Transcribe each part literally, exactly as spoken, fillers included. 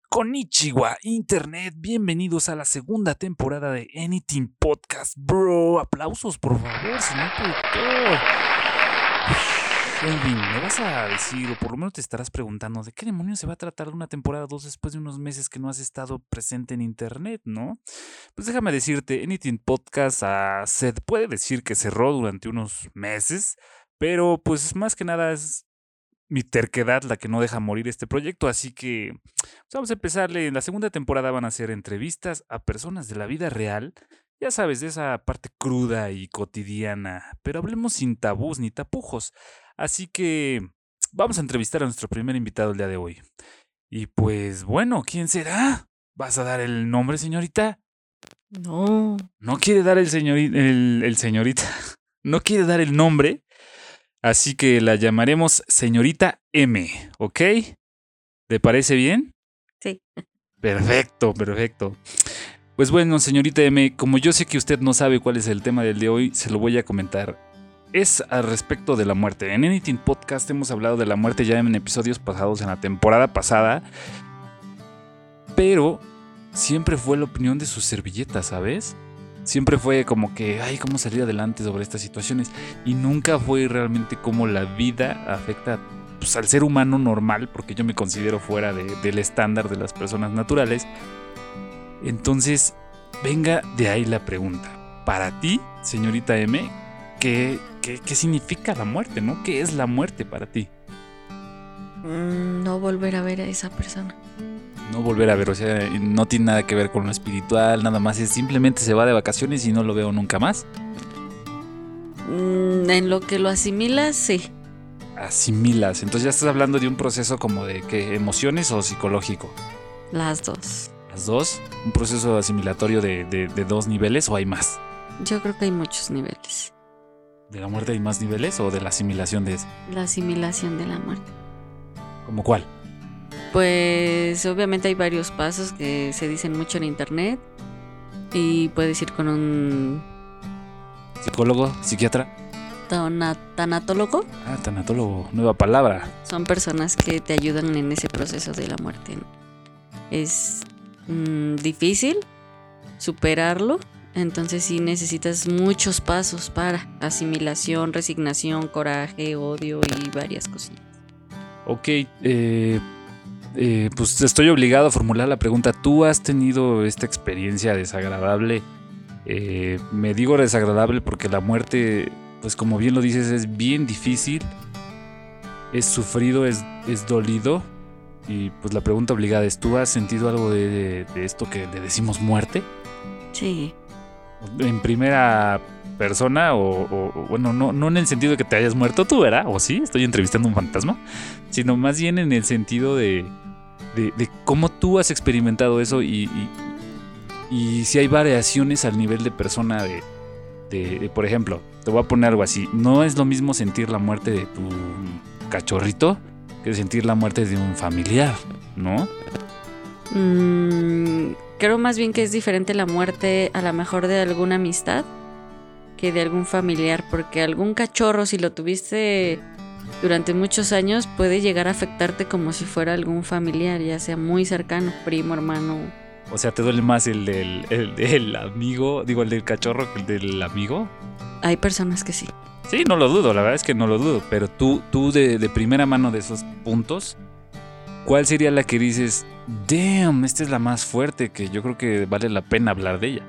Konnichiwa, Internet, bienvenidos a la segunda temporada de Anything Podcast, bro. Aplausos, por favor, señor productor. Elvin, me vas a decir, o por lo menos te estarás preguntando, ¿de qué demonios se va a tratar una temporada dos después de unos meses que no has estado presente en Internet, no? Pues déjame decirte, Anything Podcast uh, se puede decir que cerró durante unos meses, pero pues más que nada es mi terquedad la que no deja morir este proyecto, así que pues vamos a empezarle. En la segunda temporada van a ser entrevistas a personas de la vida real, ya sabes, de esa parte cruda y cotidiana, pero hablemos sin tabús ni tapujos. Así que vamos a entrevistar a nuestro primer invitado el día de hoy. Y pues bueno, ¿quién será? ¿Vas a dar el nombre, señorita? No. No quiere dar el señorita, el, el señorita, no quiere dar el nombre. Así que la llamaremos señorita M, ¿ok? ¿Te parece bien? Sí. Perfecto, perfecto. Pues bueno, señorita M, como yo sé que usted no sabe cuál es el tema del de hoy, se lo voy a comentar. Es al respecto de la muerte. En Anything Podcast hemos hablado de la muerte ya en episodios pasados, en la temporada pasada, pero siempre fue la opinión de su servilleta, ¿sabes? Siempre fue como que, ay, cómo salir adelante sobre estas situaciones. Y nunca fue realmente cómo la vida afecta pues, al ser humano normal, porque yo me considero fuera de, del estándar de las personas naturales. Entonces, venga de ahí la pregunta. Para ti, señorita M, ¿qué, qué, qué significa la muerte, no? ¿Qué es la muerte para ti? Mm, no volver a ver a esa persona. No volver a ver, o sea, no tiene nada que ver con lo espiritual, nada más, es simplemente se va de vacaciones y no lo veo nunca más. Mm, en lo que lo asimilas, sí. Asimilas, entonces ya estás hablando de un proceso como de ¿qué? ¿Emociones o psicológico? Las dos. Las dos, un proceso asimilatorio de, de, de dos niveles o hay más. Yo creo que hay muchos niveles. ¿De la muerte hay más niveles o de la asimilación de eso? La asimilación de la muerte. ¿Cómo cuál? Pues obviamente hay varios pasos que se dicen mucho en internet y puedes ir con un ¿Psicólogo? ¿Psiquiatra? tana- tanatólogo. Ah, tanatólogo, nueva palabra. Son personas que te ayudan en ese proceso de la muerte. Es mm, difícil superarlo, entonces sí necesitas muchos pasos para asimilación, resignación, coraje, odio y varias cosas. Ok, eh... Eh, pues estoy obligado a formular la pregunta. ¿Tú has tenido esta experiencia desagradable? Eh, me digo desagradable porque la muerte, pues como bien lo dices, es bien difícil. Es sufrido, es, es dolido. Y pues la pregunta obligada es, ¿tú has sentido algo de, de, de esto que le decimos muerte? Sí. ¿En primera persona o, o, o bueno, no, no en el sentido de que te hayas muerto tú, ¿verdad? ¿O sí? Estoy entrevistando a un fantasma. Sino más bien en el sentido de, de, de cómo tú has experimentado eso y, y, y si hay variaciones al nivel de persona de, de, de, por ejemplo, te voy a poner algo así. No es lo mismo sentir la muerte de tu cachorrito que sentir la muerte de un familiar, ¿no? Mm, creo más bien que es diferente la muerte a lo mejor de alguna amistad que de algún familiar, porque algún cachorro, si lo tuviste durante muchos años, puede llegar a afectarte como si fuera algún familiar, ya sea muy cercano, primo, hermano. O sea, ¿te duele más el del, el del amigo, digo, el del cachorro que el del amigo? Hay personas que sí. Sí, no lo dudo, la verdad es que no lo dudo, pero tú, tú de, de primera mano de esos puntos, ¿cuál sería la que dices, damn, esta es la más fuerte, que yo creo que vale la pena hablar de ella?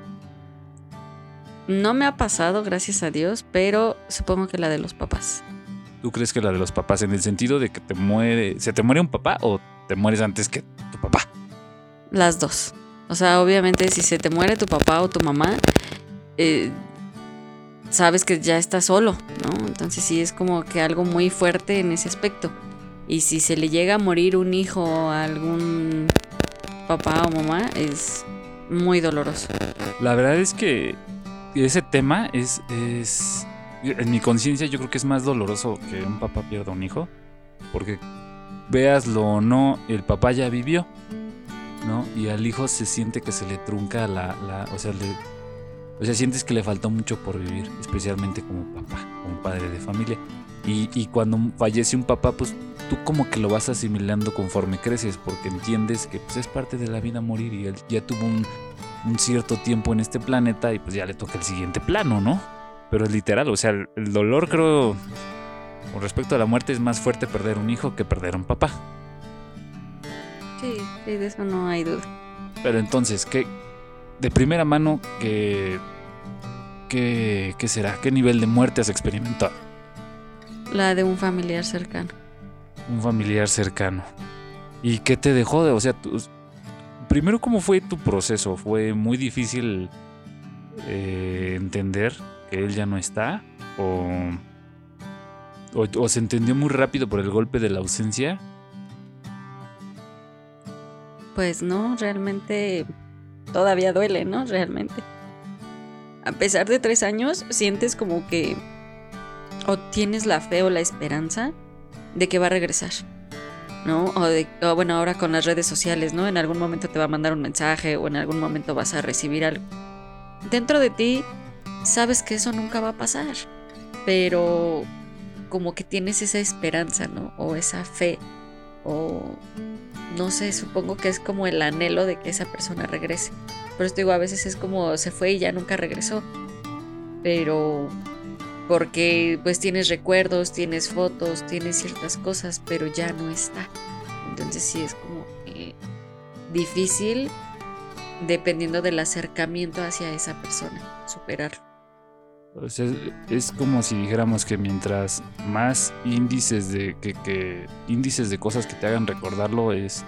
No me ha pasado, gracias a Dios, pero supongo que la de los papás. ¿Tú crees que la de los papás en el sentido de que te muere, se te muere un papá o te mueres antes que tu papá? Las dos. O sea, obviamente si se te muere tu papá o tu mamá, eh, sabes que ya estás solo, ¿no? Entonces sí es como que algo muy fuerte en ese aspecto. Y si se le llega a morir un hijo a algún papá o mamá, es muy doloroso. La verdad es que ese tema es, es en mi conciencia yo creo que es más doloroso que un papá pierda un hijo, porque véaslo o no, el papá ya vivió, ¿no? Y al hijo se siente que se le trunca la, la o sea, le, o sea, sientes que le faltó mucho por vivir, especialmente como papá, como padre de familia. Y, y cuando fallece un papá, pues tú como que lo vas asimilando conforme creces, porque entiendes que pues, es parte de la vida morir y él ya tuvo un, un cierto tiempo en este planeta y pues ya le toca el siguiente plano, ¿no? Pero es literal, o sea, el, el dolor creo, con respecto a la muerte, es más fuerte perder un hijo que perder un papá. Sí, sí, de eso no hay duda. Pero entonces, ¿qué, de primera mano, qué, qué, qué será? ¿Qué nivel de muerte has experimentado? La de un familiar cercano. Un familiar cercano. ¿Y qué te dejó de, o sea, tú, primero, ¿cómo fue tu proceso? ¿Fue muy difícil eh, entender que él ya no está? ¿O, o, o se entendió muy rápido por el golpe de la ausencia? Pues no, realmente todavía duele, ¿no? Realmente. A pesar de tres años, sientes como que o tienes la fe o la esperanza de que va a regresar, ¿no? O, de, o bueno, ahora con las redes sociales, ¿no? En algún momento te va a mandar un mensaje o en algún momento vas a recibir algo. Dentro de ti sabes que eso nunca va a pasar, pero como que tienes esa esperanza, ¿no? O esa fe, o no sé, supongo que es como el anhelo de que esa persona regrese. Por eso digo, a veces es como se fue y ya nunca regresó, pero porque pues tienes recuerdos, tienes fotos, tienes ciertas cosas, pero ya no está. Entonces sí es como eh, difícil, dependiendo del acercamiento hacia esa persona, superarlo. O sea, es como si dijéramos que mientras más índices de que, que índices de cosas que te hagan recordarlo es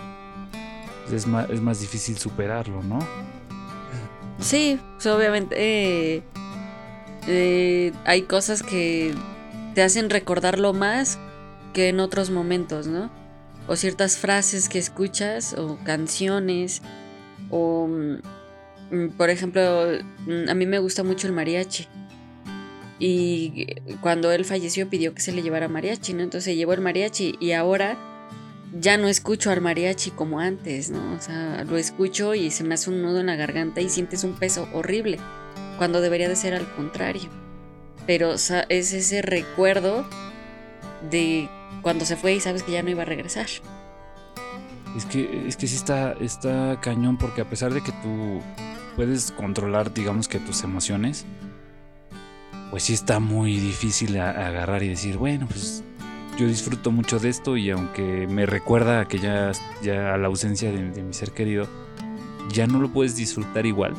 es más, es más difícil superarlo, ¿no? Sí, pues obviamente eh, eh, hay cosas que te hacen recordarlo más que en otros momentos, ¿no? O ciertas frases que escuchas o canciones o por ejemplo, a mí me gusta mucho el mariachi y cuando él falleció pidió que se le llevara mariachi, ¿no? Entonces se llevó el mariachi y ahora ya no escucho al mariachi como antes, ¿no? O sea, lo escucho y se me hace un nudo en la garganta y sientes un peso horrible cuando debería de ser al contrario. Pero o sea, es ese recuerdo de cuando se fue y sabes que ya no iba a regresar. Es que, es que sí está, está cañón, porque a pesar de que tú puedes controlar, digamos que tus emociones, pues sí está muy difícil a, a agarrar y decir, bueno, pues yo disfruto mucho de esto y aunque me recuerda a que ya, ya a la ausencia de, de mi ser querido, ya no lo puedes disfrutar igual.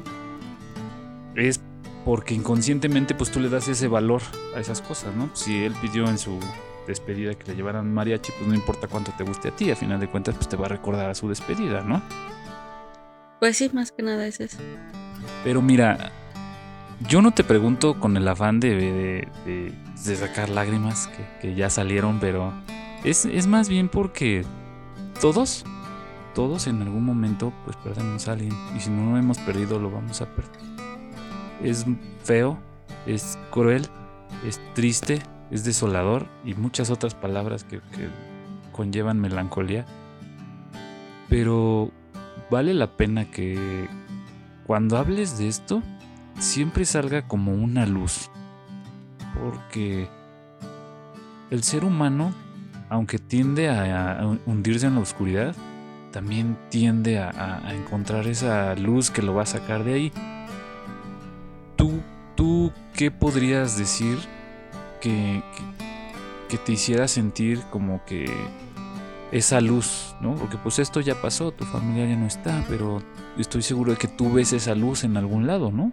Es porque inconscientemente pues tú le das ese valor a esas cosas, ¿no? Si él pidió en su despedida que le llevaran mariachi, pues no importa cuánto te guste a ti, a final de cuentas pues te va a recordar a su despedida, ¿no? Pues sí, más que nada es eso. Pero mira, yo no te pregunto con el afán de, de, de, de sacar lágrimas que, que ya salieron, pero es, es más bien porque todos, todos en algún momento pues perdemos a alguien, y si no lo hemos perdido lo vamos a perder. Es feo, es cruel, es triste, es desolador y muchas otras palabras que, que conllevan melancolía, pero vale la pena que cuando hables de esto siempre salga como una luz, porque el ser humano, aunque tiende a, a hundirse en la oscuridad, también tiende a, a, a encontrar esa luz que lo va a sacar de ahí. ¿Tú, tú qué podrías decir que, que, que te hiciera sentir como que esa luz, ¿no? Porque pues esto ya pasó, tu familia ya no está, pero estoy seguro de que tú ves esa luz en algún lado, ¿no?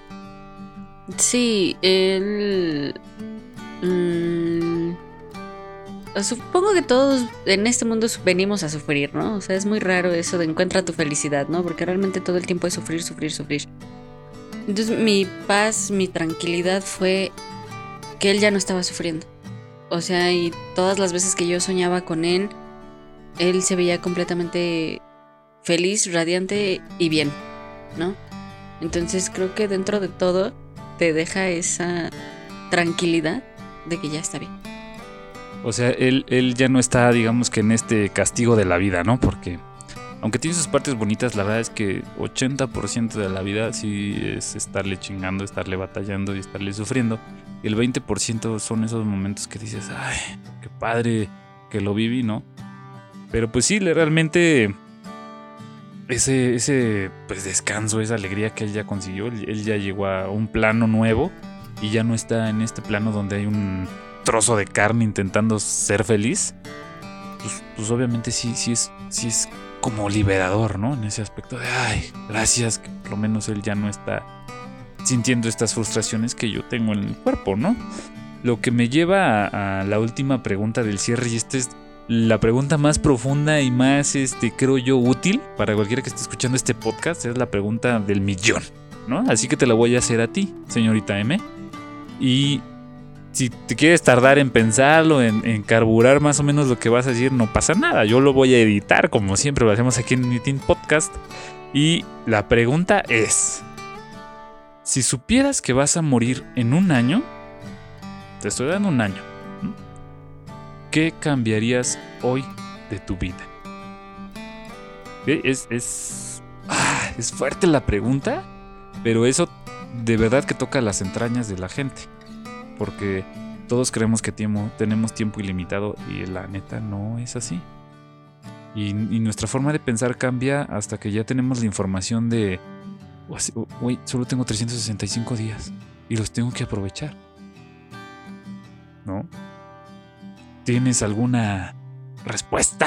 Sí, él... Mmm, supongo que todos en este mundo venimos a sufrir, ¿no? O sea, es muy raro eso de encuentra tu felicidad, ¿no? Porque realmente todo el tiempo es sufrir, sufrir, sufrir. Entonces mi paz, mi tranquilidad fue que él ya no estaba sufriendo. O sea, y todas las veces que yo soñaba con él, él se veía completamente feliz, radiante y bien, ¿no? Entonces creo que dentro de todo te deja esa tranquilidad de que ya está bien. O sea, él, él ya no está, digamos que en este castigo de la vida, ¿no? Porque aunque tiene sus partes bonitas, la verdad es que ochenta por ciento de la vida sí es estarle chingando, estarle batallando y estarle sufriendo. Y el veinte por ciento son esos momentos que dices, ay, qué padre que lo viví, ¿no? Pero pues sí, realmente ese, ese pues descanso, esa alegría que él ya consiguió, él, él ya llegó a un plano nuevo y ya no está en este plano donde hay un trozo de carne intentando ser feliz. Pues, pues obviamente sí, sí es, sí es como liberador, ¿no? En ese aspecto de, ay, gracias, que por lo menos él ya no está sintiendo estas frustraciones que yo tengo en el cuerpo, ¿no? Lo que me lleva a, a la última pregunta del cierre, y esta es la pregunta más profunda y más, este, creo yo, útil para cualquiera que esté escuchando este podcast, es la pregunta del millón, ¿no? Así que te la voy a hacer a ti, señorita M. Y si te quieres tardar en pensarlo, en, en carburar más o menos lo que vas a decir, no pasa nada. Yo lo voy a editar, como siempre lo hacemos aquí en Anything Podcast. Y la pregunta es: si supieras que vas a morir en un año, te estoy dando un año, ¿no? ¿Qué cambiarías hoy de tu vida? Es, es, ah, es fuerte la pregunta, pero eso de verdad que toca las entrañas de la gente. Porque todos creemos que tiempo, tenemos tiempo ilimitado y la neta no es así. Y, y nuestra forma de pensar cambia hasta que ya tenemos la información de, güey, solo tengo trescientos sesenta y cinco días y los tengo que aprovechar, ¿no? ¿Tienes alguna respuesta?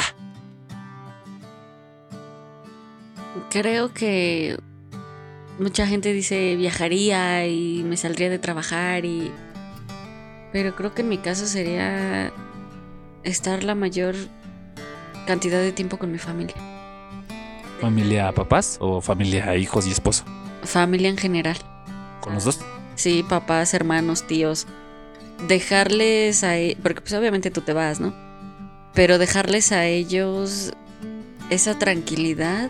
Creo que mucha gente dice viajaría y me saldría de trabajar y... Pero creo que en mi caso sería estar la mayor cantidad de tiempo con mi familia. ¿Familia papás o familia hijos y esposo? Familia en general. ¿Con los dos? Sí, papás, hermanos, tíos. Dejarles a ellos, porque pues obviamente tú te vas, ¿no? Pero dejarles a ellos esa tranquilidad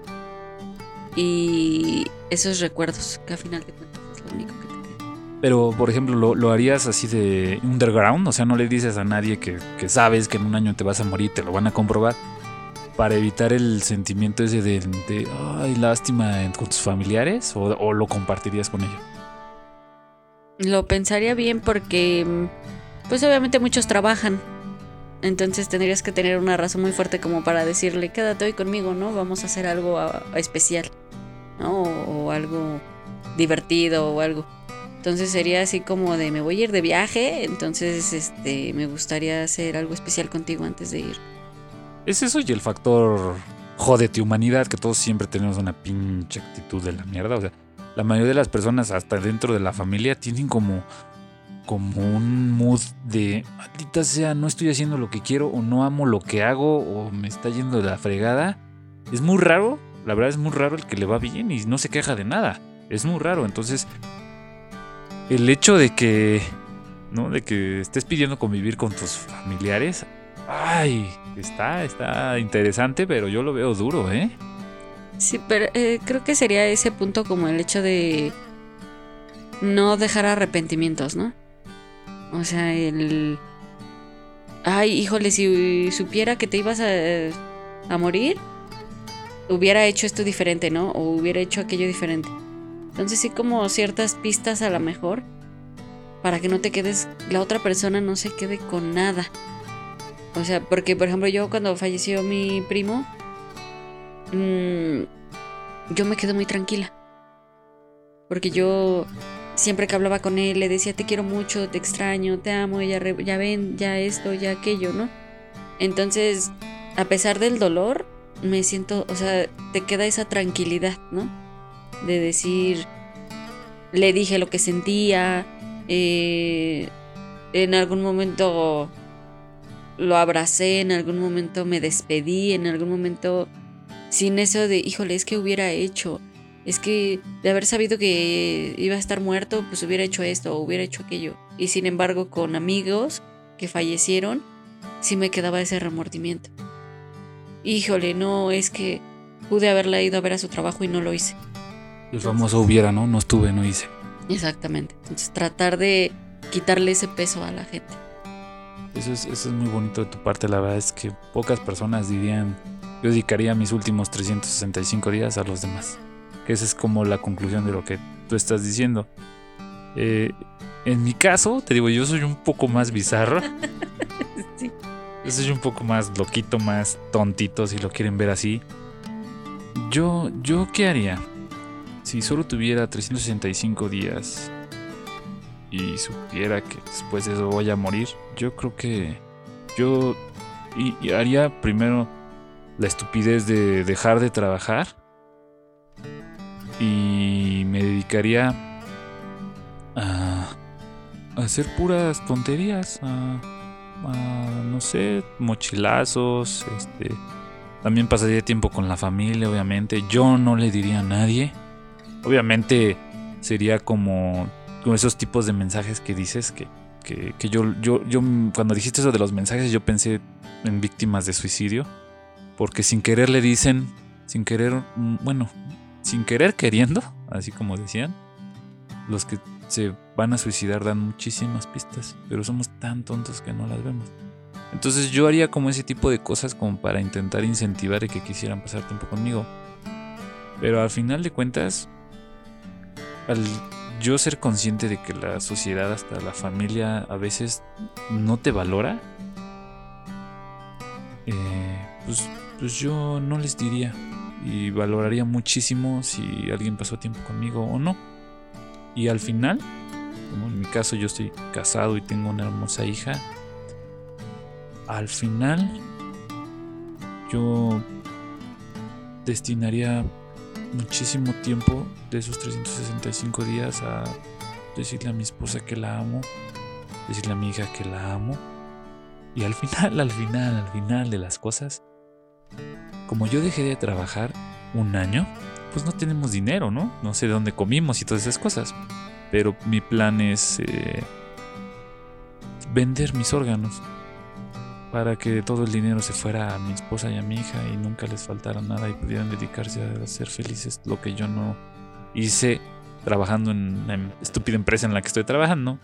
y esos recuerdos que a final de cuentas es lo único que te queda. Pero, por ejemplo, ¿lo, lo harías así de underground? O sea, no le dices a nadie que, que sabes que en un año te vas a morir, te lo van a comprobar, para evitar el sentimiento ese de, de ay, lástima con tus familiares, o, o lo compartirías con ellos. Lo pensaría bien porque, pues obviamente muchos trabajan. Entonces tendrías que tener una razón muy fuerte como para decirle, quédate hoy conmigo, ¿no? Vamos a hacer algo a, a especial, ¿no? O, o algo divertido o algo. Entonces sería así como de, me voy a ir de viaje, entonces este, me gustaría hacer algo especial contigo antes de ir. Es eso y el factor jódete humanidad, que todos siempre tenemos una pinche actitud de la mierda. O sea, la mayoría de las personas, hasta dentro de la familia, tienen como, como un mood de, maldita sea, no estoy haciendo lo que quiero, o no amo lo que hago, o me está yendo de la fregada. Es muy raro, la verdad es muy raro el que le va bien y no se queja de nada. Es muy raro, entonces el hecho de que, ¿no? De que estés pidiendo convivir con tus familiares, ay, está, está interesante, pero yo lo veo duro, ¿eh? Sí, pero eh, creo que sería ese punto como el hecho de no dejar arrepentimientos, ¿no? O sea, el... Ay, híjole, si supiera que te ibas a, a morir, hubiera hecho esto diferente, ¿no? O hubiera hecho aquello diferente. Entonces sí, como ciertas pistas a lo mejor, para que no te quedes, la otra persona no se quede con nada. O sea, porque por ejemplo yo cuando falleció mi primo, mmm, yo me quedé muy tranquila. Porque yo siempre que hablaba con él le decía, te quiero mucho, te extraño, te amo, ya, re, ya ven, ya esto, ya aquello, ¿no? Entonces, a pesar del dolor, me siento, o sea, te queda esa tranquilidad, ¿no? De decir, le dije lo que sentía, eh, en algún momento lo abracé, en algún momento me despedí, en algún momento sin eso de, híjole, es que hubiera hecho, es que de haber sabido que iba a estar muerto, pues hubiera hecho esto o hubiera hecho aquello. Y sin embargo, con amigos que fallecieron, sí me quedaba ese remordimiento. Híjole, no, es que pude haberla ido a ver a su trabajo y no lo hice. El famoso hubiera, ¿no? No estuve, no hice. Exactamente. Entonces tratar de quitarle ese peso a la gente. Eso es, eso es muy bonito de tu parte. La verdad es que pocas personas dirían, yo dedicaría mis últimos trescientos sesenta y cinco días a los demás. Que esa es como la conclusión de lo que tú estás diciendo. Eh, en mi caso, te digo, yo soy un poco más bizarro. Sí. soy un poco más loquito, más tontito, si lo quieren ver así. Yo, yo ¿qué haría? Si solo tuviera trescientos sesenta y cinco días y supiera que después de eso voy a morir, yo creo que yo y, y haría primero la estupidez de dejar de trabajar y me dedicaría a, a hacer puras tonterías, a, a no sé, mochilazos, este, también pasaría tiempo con la familia, obviamente. Yo no le diría a nadie. Obviamente sería como, como esos tipos de mensajes que dices que, que, que yo, yo, yo cuando dijiste eso de los mensajes yo pensé en víctimas de suicidio, porque sin querer le dicen, sin querer, bueno, sin querer queriendo, así como decían, los que se van a suicidar dan muchísimas pistas, pero somos tan tontos que no las vemos. Entonces yo haría como ese tipo de cosas como para intentar incentivar y que quisieran pasar tiempo conmigo. Pero al final de cuentas, al yo ser consciente de que la sociedad, hasta la familia, a veces no te valora, eh, pues, pues yo no les diría. Y valoraría muchísimo si alguien pasó tiempo conmigo o no. Y al final, como en mi caso yo estoy casado y tengo una hermosa hija, al final yo destinaría muchísimo tiempo de esos trescientos sesenta y cinco días a decirle a mi esposa que la amo, decirle a mi hija que la amo. Y al final, al final, al final de las cosas, como yo dejé de trabajar un año, pues no tenemos dinero, ¿no? No sé de dónde comimos y todas esas cosas. Pero mi plan es eh, vender mis órganos para que todo el dinero se fuera a mi esposa y a mi hija y nunca les faltara nada y pudieran dedicarse a ser felices, lo que yo no hice trabajando en la estúpida empresa en la que estoy trabajando.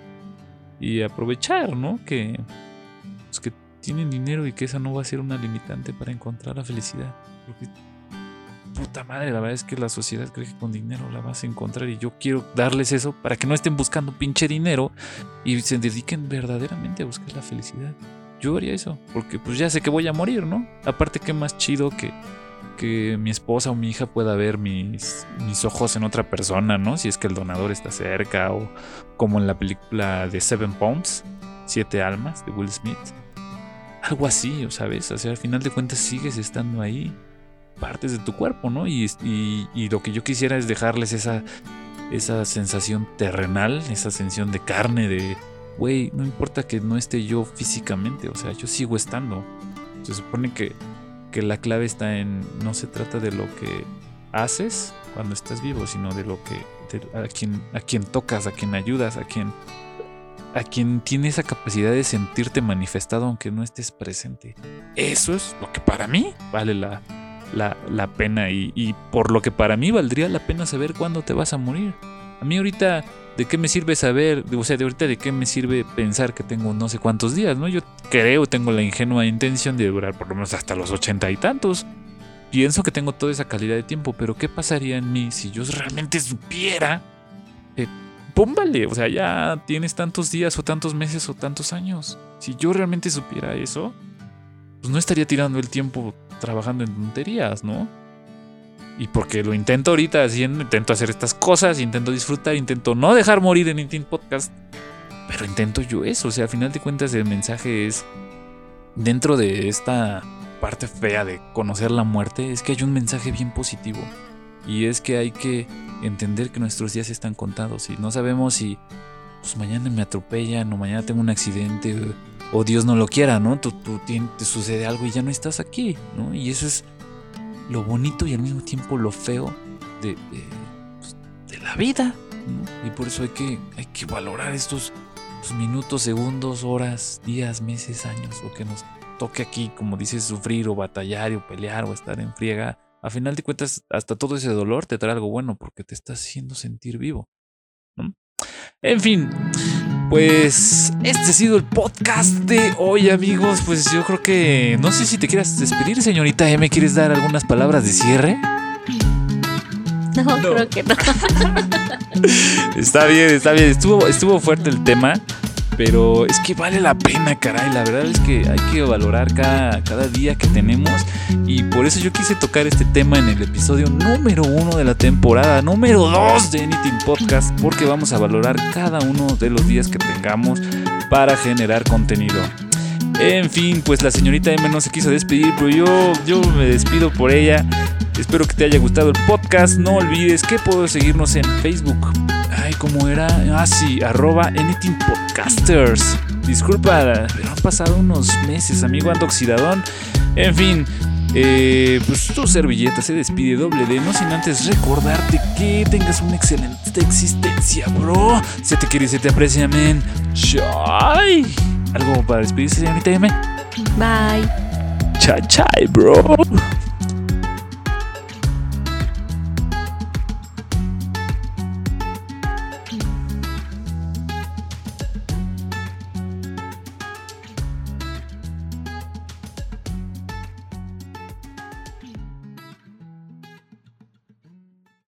Y aprovechar, ¿no? Que, pues, que tienen dinero y que esa no va a ser una limitante para encontrar la felicidad. Porque, puta madre, la verdad es que la sociedad cree que con dinero la vas a encontrar y yo quiero darles eso para que no estén buscando pinche dinero y se dediquen verdaderamente a buscar la felicidad. Yo haría eso, porque pues ya sé que voy a morir, ¿no? Aparte, qué más chido que, que mi esposa o mi hija pueda ver mis, mis ojos en otra persona, ¿no? Si es que el donador está cerca, o como en la película de Seven Palms, Siete Almas, de Will Smith. Algo así, ¿sabes? O sea, al final de cuentas sigues estando ahí, partes de tu cuerpo, ¿no? Y, y, y lo que yo quisiera es dejarles esa, esa sensación terrenal, esa sensación de carne, de... Güey, no importa que no esté yo físicamente, o sea, yo sigo estando. Se supone que, que la clave está en, no se trata de lo que haces cuando estás vivo, sino de lo que, de, a quien, a quien tocas, a quien ayudas, a quien, a quien tiene esa capacidad de sentirte manifestado aunque no estés presente. Eso es lo que para mí vale la, la, la pena y, y por lo que para mí valdría la pena saber cuándo te vas a morir. A mí ahorita, ¿de qué me sirve saber? O sea, de ahorita, ¿de qué me sirve pensar que tengo no sé cuántos días, ¿no? Yo creo, tengo la ingenua intención de durar por lo menos hasta los ochenta y tantos. Pienso que tengo toda esa calidad de tiempo, pero ¿qué pasaría en mí si yo realmente supiera? Eh, pómbale, o sea, ya tienes tantos días o tantos meses o tantos años. Si yo realmente supiera eso, pues no estaría tirando el tiempo trabajando en tonterías, ¿no? Y porque lo intento ahorita haciendo, intento hacer estas cosas, intento disfrutar, intento no dejar morir en Intin Podcast, pero intento yo eso. O sea, al final de cuentas el mensaje es, dentro de esta parte fea de conocer la muerte, es que hay un mensaje bien positivo. Y es que hay que entender que nuestros días están contados y no sabemos si pues mañana me atropellan o mañana tengo un accidente o, o Dios no lo quiera, ¿no? Tú, tú, te sucede algo y ya no estás aquí, ¿no? Y eso es lo bonito y al mismo tiempo lo feo de, de, pues, de la vida, ¿no? Y por eso hay que, hay que valorar estos, estos minutos, segundos, horas, días, meses, años, lo que nos toque aquí, como dices, sufrir o batallar o pelear o estar en friega. A final de cuentas, hasta todo ese dolor te trae algo bueno porque te está haciendo sentir vivo, ¿no? En fin, pues este ha sido el podcast de hoy, amigos. Pues yo creo que no sé si te quieras despedir, señorita M. ¿Quieres dar algunas palabras de cierre? No, no. Creo que no. Está bien, está bien. Estuvo, estuvo fuerte el tema, Pero es que vale la pena, caray. La verdad es que hay que valorar cada, cada día que tenemos. Y por eso yo quise tocar este tema en el episodio número uno de la temporada número dos de Anything Podcast, porque vamos a valorar cada uno de los días que tengamos para generar contenido. En fin, pues la señorita M no se quiso despedir, pero yo, yo me despido por ella. Espero que te haya gustado el podcast. No olvides que puedes seguirnos en Facebook. Ay, ¿cómo era? Ah, sí, arroba Anything Podcasters. Disculpa, pero han pasado unos meses, amigo, ando oxidadón. En fin, eh, pues tu servilleta se despide doble D, no sin antes recordarte que tengas una excelente existencia, bro. Se te quiere y se te aprecia, men. Chai. ¿Algo para despedirse, señorita M? Bye. Chai, chai, bro.